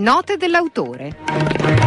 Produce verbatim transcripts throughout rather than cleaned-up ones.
Note dell'autore.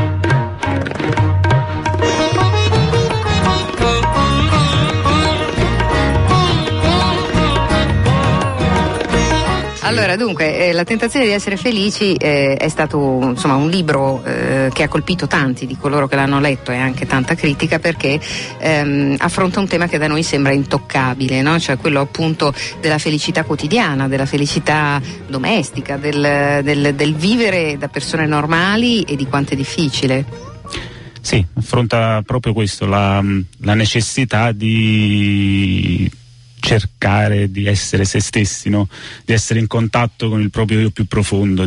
Allora, dunque, eh, La tentazione di essere felici eh, è stato insomma un libro eh, che ha colpito tanti di coloro che l'hanno letto e anche tanta critica, perché ehm, affronta un tema che da noi sembra intoccabile, no? Cioè quello appunto della felicità quotidiana, della felicità domestica, del, del, del vivere da persone normali e di quanto è difficile. Sì, affronta proprio questo, la, la necessità di cercare di essere se stessi, no? Di essere in contatto con il proprio io più profondo,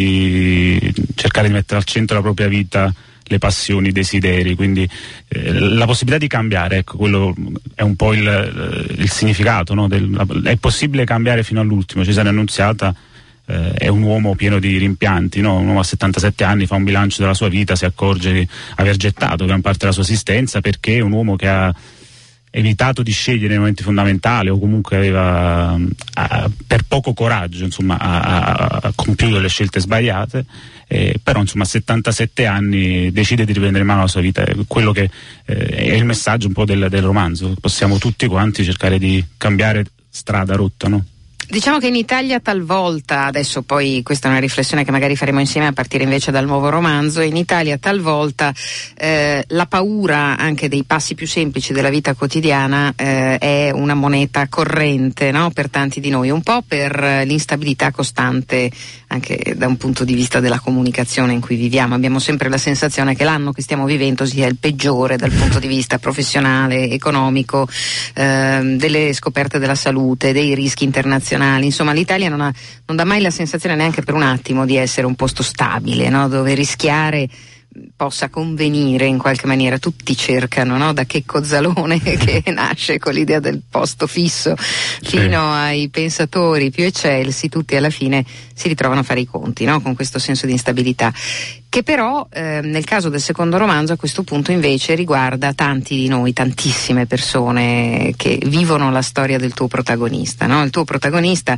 di cercare di mettere al centro la propria vita, le passioni, i desideri, quindi eh, la possibilità di cambiare, ecco, quello è un po' il, il significato, no? Del, è possibile cambiare fino all'ultimo. Cesare Annunziata eh, è un uomo pieno di rimpianti, no? Un uomo a settantasette anni fa un bilancio della sua vita, si accorge di aver gettato gran parte della sua esistenza, perché è un uomo che ha evitato di scegliere nei momenti fondamentali, o comunque aveva a, per poco coraggio, insomma, a, a, a compiuto le scelte sbagliate, eh, però insomma a settantasette anni decide di riprendere in mano la sua vita. Quello che eh, è il messaggio un po' del, del romanzo: possiamo tutti quanti cercare di cambiare strada rotta, no? Diciamo che in Italia talvolta, adesso poi questa è una riflessione che magari faremo insieme a partire invece dal nuovo romanzo, in Italia talvolta eh, la paura anche dei passi più semplici della vita quotidiana eh, è una moneta corrente, no? Per tanti di noi, un po' per l'instabilità costante anche da un punto di vista della comunicazione in cui viviamo. Abbiamo sempre la sensazione che l'anno che stiamo vivendo sia il peggiore dal punto di vista professionale, economico, eh, delle scoperte della salute, dei rischi internazionali. Insomma, l'Italia non, ha, non dà mai la sensazione neanche per un attimo di essere un posto stabile, no? Dove rischiare possa convenire in qualche maniera. Tutti cercano, no? Da Checco Zalone che nasce con l'idea del posto fisso, sì, fino ai pensatori più eccelsi, tutti alla fine si ritrovano a fare i conti, no? Con questo senso di instabilità, che però eh, nel caso del secondo romanzo a questo punto invece riguarda tanti di noi, tantissime persone che vivono la storia del tuo protagonista, no? Il tuo protagonista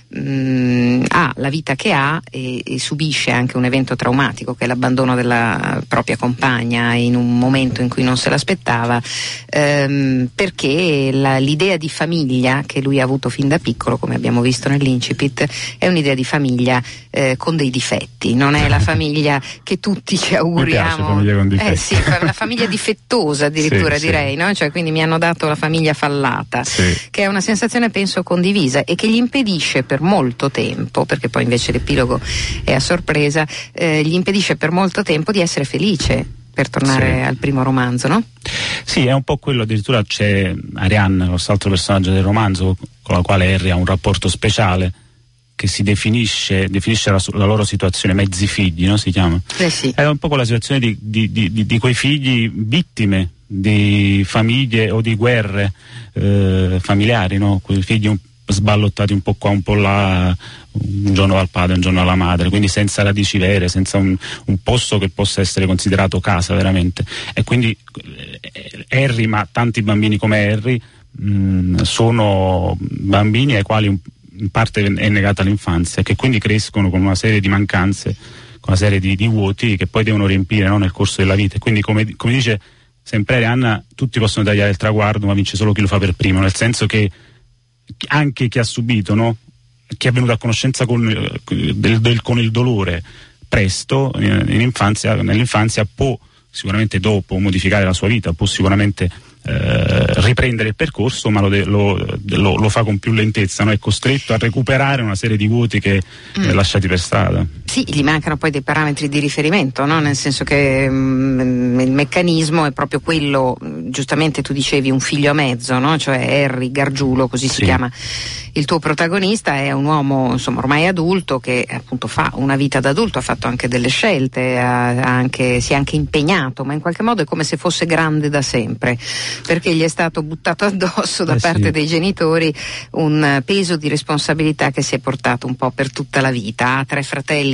mh, ha la vita che ha e, e subisce anche un evento traumatico che è l'abbandono della propria compagna in un momento in cui non se l'aspettava, ehm, perché la, l'idea di famiglia che lui ha avuto fin da piccolo, come abbiamo visto nell'incipit, è un'idea di famiglia eh, con dei difetti, non è la famiglia che tutti ci auguriamo. Mi piace famiglia con difetti. Eh sì, una famiglia difettosa addirittura, sì, direi, sì. No? Cioè, quindi mi hanno dato la famiglia fallata, sì, che è una sensazione penso condivisa e che gli impedisce per molto tempo, perché poi invece l'epilogo è a sorpresa, eh, gli impedisce per molto tempo di essere felice, per tornare sì. al primo romanzo, no? Sì, è un po' quello. Addirittura c'è Arianna, quest'altro personaggio del romanzo, con la quale Harry ha un rapporto speciale, che si definisce definisce la, la loro situazione mezzi figli, no? Si chiama. Eh sì. È un po' quella situazione di, di, di, di quei figli vittime di famiglie o di guerre eh, familiari, no? Quei figli un, sballottati un po' qua, un po' là, un giorno al padre, un giorno alla madre, quindi senza radici vere, senza un, un posto che possa essere considerato casa veramente. E quindi eh, Harry, ma tanti bambini come Harry, mh, sono bambini ai quali un in parte è negata l'infanzia, che quindi crescono con una serie di mancanze, con una serie di, di vuoti che poi devono riempire, no? Nel corso della vita. E quindi come, come dice sempre Arianna, tutti possono tagliare il traguardo, ma vince solo chi lo fa per primo, nel senso che anche chi ha subito, no? Chi è venuto a conoscenza con, del, del, con il dolore presto in, in infanzia, nell'infanzia può sicuramente dopo modificare la sua vita, può sicuramente Eh, riprendere il percorso, ma lo, de, lo, lo, lo fa con più lentezza, no? È costretto a recuperare una serie di vuoti che mm. eh, lasciati per strada. Sì, gli mancano poi dei parametri di riferimento, no? Nel senso che mh, il meccanismo è proprio quello, giustamente tu dicevi un figlio a mezzo, no? Cioè Harry Gargiulo, così sì. si chiama il tuo protagonista, è un uomo insomma ormai adulto che appunto fa una vita da adulto, ha fatto anche delle scelte, ha, ha anche, si è anche impegnato, ma in qualche modo è come se fosse grande da sempre, perché gli è stato buttato addosso da eh parte sì. dei genitori un peso di responsabilità che si è portato un po' per tutta la vita. Ha tre fratelli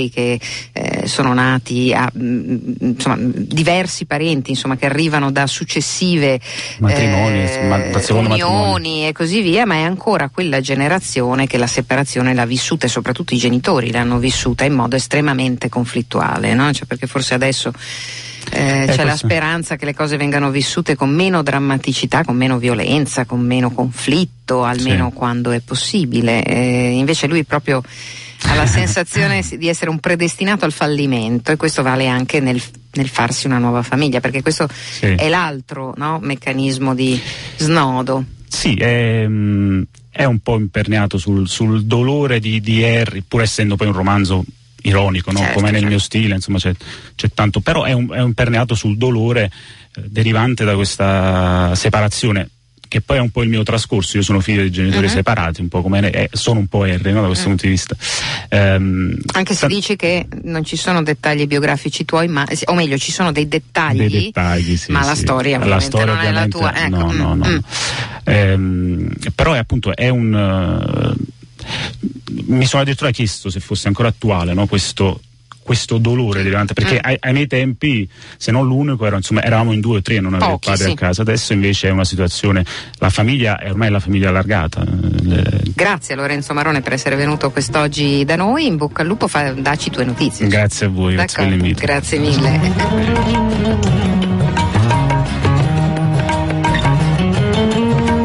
gemelli che eh, sono nati a mh, insomma, diversi parenti insomma, che arrivano da successive matrimoni, eh, ma, da unioni e così via, ma è ancora quella generazione che la separazione l'ha vissuta, e soprattutto i genitori l'hanno vissuta in modo estremamente conflittuale, no? Cioè, perché forse adesso Eh, eh, c'è la questo... speranza che le cose vengano vissute con meno drammaticità, con meno violenza, con meno conflitto, almeno sì. quando è possibile. Eh, invece lui proprio ha la sensazione di essere un predestinato al fallimento, e questo vale anche nel, nel farsi una nuova famiglia, perché questo sì. è l'altro, no, meccanismo di snodo. Sì, è, è un po' imperniato sul, sul dolore di, di Harry, pur essendo poi un romanzo ironico, no? Certo, come nel certo. mio stile, insomma c'è, c'è tanto, però è un, è un permeato sul dolore eh, derivante da questa separazione, che poi è un po' il mio trascorso. Io sono figlio di genitori uh-huh. separati, un po' come eh, sono un po' Harry, no? Da questo uh-huh. punto di vista. Um, Anche se ta- dici che non ci sono dettagli biografici tuoi, ma o meglio ci sono dei dettagli, dei dettagli sì, ma la sì. storia ovviamente la storia non è la tua. Ecco. No, no, no. Mm. Ehm, però è appunto è un uh, mi sono addirittura chiesto se fosse ancora attuale, no? questo questo dolore derivante, perché mm. ai, ai miei tempi, se non l'unico, era, insomma, eravamo in due o tre, non avevo il padre sì. a casa. Adesso invece è una situazione, la famiglia è ormai la famiglia allargata. Le... Grazie a Lorenzo Marone per essere venuto quest'oggi da noi, in bocca al lupo, fa, dacci tue notizie. Grazie a voi, grazie per l'invito. Grazie mille.